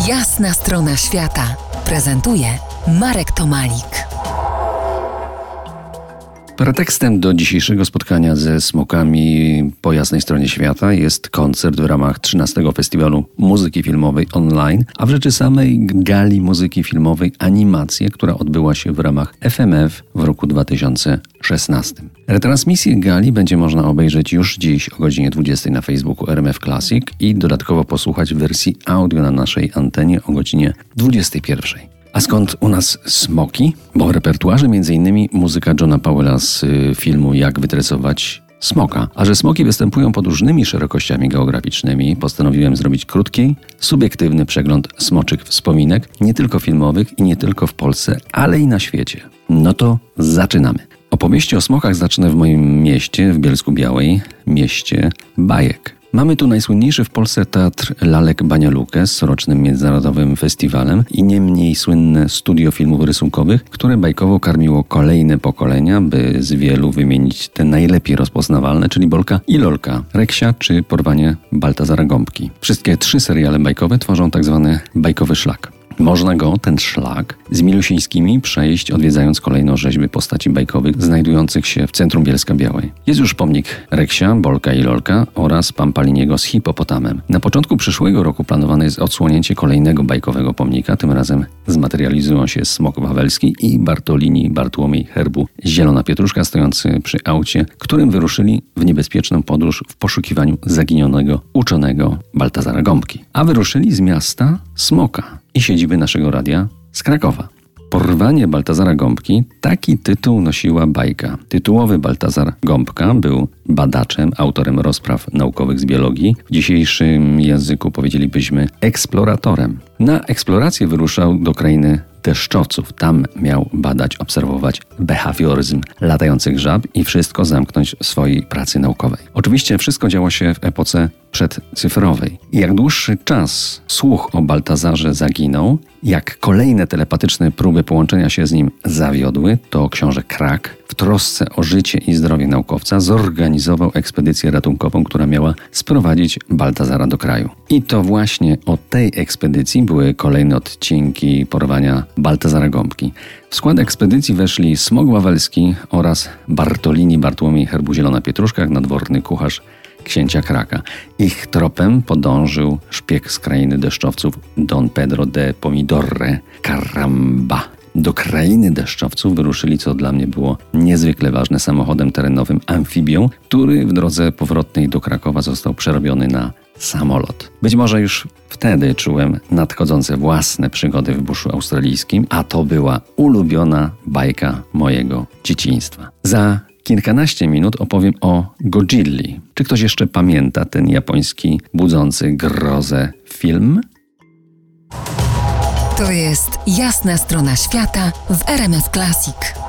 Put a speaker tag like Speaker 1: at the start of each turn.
Speaker 1: Jasna strona świata prezentuje Marek Tomalik.
Speaker 2: Pretekstem do dzisiejszego spotkania ze smokami po jasnej stronie świata jest koncert w ramach 13. Festiwalu Muzyki Filmowej online, a w rzeczy samej gali muzyki filmowej Animacje, która odbyła się w ramach FMF w roku 2016. Retransmisję gali będzie można obejrzeć już dziś o godzinie 20 na Facebooku RMF Classic i dodatkowo posłuchać w wersji audio na naszej antenie o godzinie 21. A skąd u nas smoki? Bo w repertuarze m.in. muzyka Johna Powella z filmu Jak wytresować smoka. A że smoki występują pod różnymi szerokościami geograficznymi, postanowiłem zrobić krótki, subiektywny przegląd smoczych wspominek, nie tylko filmowych i nie tylko w Polsce, ale i na świecie. No to zaczynamy. Opowieści o smokach zacznę w moim mieście, w Bielsku-Białej, mieście bajek. Mamy tu najsłynniejszy w Polsce teatr Lalek Banja Lukę z rocznym międzynarodowym festiwalem i nie mniej słynne studio filmów rysunkowych, które bajkowo karmiło kolejne pokolenia, by z wielu wymienić te najlepiej rozpoznawalne, czyli Bolka i Lolka, Reksia czy Porwanie Baltazara Gąbki. Wszystkie trzy seriale bajkowe tworzą tak zwany bajkowy szlak. Można go, ten szlak, z Milusińskimi przejść, odwiedzając kolejno rzeźby postaci bajkowych znajdujących się w centrum Bielska-Białej. Jest już pomnik Reksia, Bolka i Lolka oraz Pampaliniego z hipopotamem. Na początku przyszłego roku planowane jest odsłonięcie kolejnego bajkowego pomnika, tym razem zmaterializują się Smok Wawelski i Bartolini Bartłomiej Herbu Zielona Pietruszka stojący przy aucie, którym wyruszyli w niebezpieczną podróż w poszukiwaniu zaginionego uczonego Baltazara Gąbki. A wyruszyli z miasta Smoka i siedziby naszego radia z Krakowa. Porwanie Baltazara Gąbki, taki tytuł nosiła bajka. Tytułowy Baltazar Gąbka był badaczem, autorem rozpraw naukowych z biologii. W dzisiejszym języku powiedzielibyśmy eksploratorem. Na eksplorację wyruszał do krainy deszczowców. Tam miał badać, obserwować behawioryzm latających żab i wszystko zamknąć w swojej pracy naukowej. Oczywiście wszystko działo się w epoce przedcyfrowej. I jak dłuższy czas słuch o Baltazarze zaginął, jak kolejne telepatyczne próby połączenia się z nim zawiodły, to książę Krak w trosce o życie i zdrowie naukowca zorganizował ekspedycję ratunkową, która miała sprowadzić Baltazara do kraju. I to właśnie o tej ekspedycji były kolejne odcinki Porwania Baltazara Gąbki. W skład ekspedycji weszli Smok Wawelski oraz Bartolini Bartłomiej Herbu Zielona Pietruszka, nadworny kucharz księcia Kraka. Ich tropem podążył szpieg z krainy deszczowców Don Pedro de Pomidorre Caramba. Do krainy deszczowców wyruszyli, co dla mnie było niezwykle ważne, samochodem terenowym amfibią, który w drodze powrotnej do Krakowa został przerobiony na samolot. Być może już wtedy czułem nadchodzące własne przygody w buszu australijskim, a to była ulubiona bajka mojego dzieciństwa. Za kilkanaście minut opowiem o Godzilli. Czy ktoś jeszcze pamięta ten japoński, budzący grozę film?
Speaker 1: To jest Jasna strona świata w RMF Classic.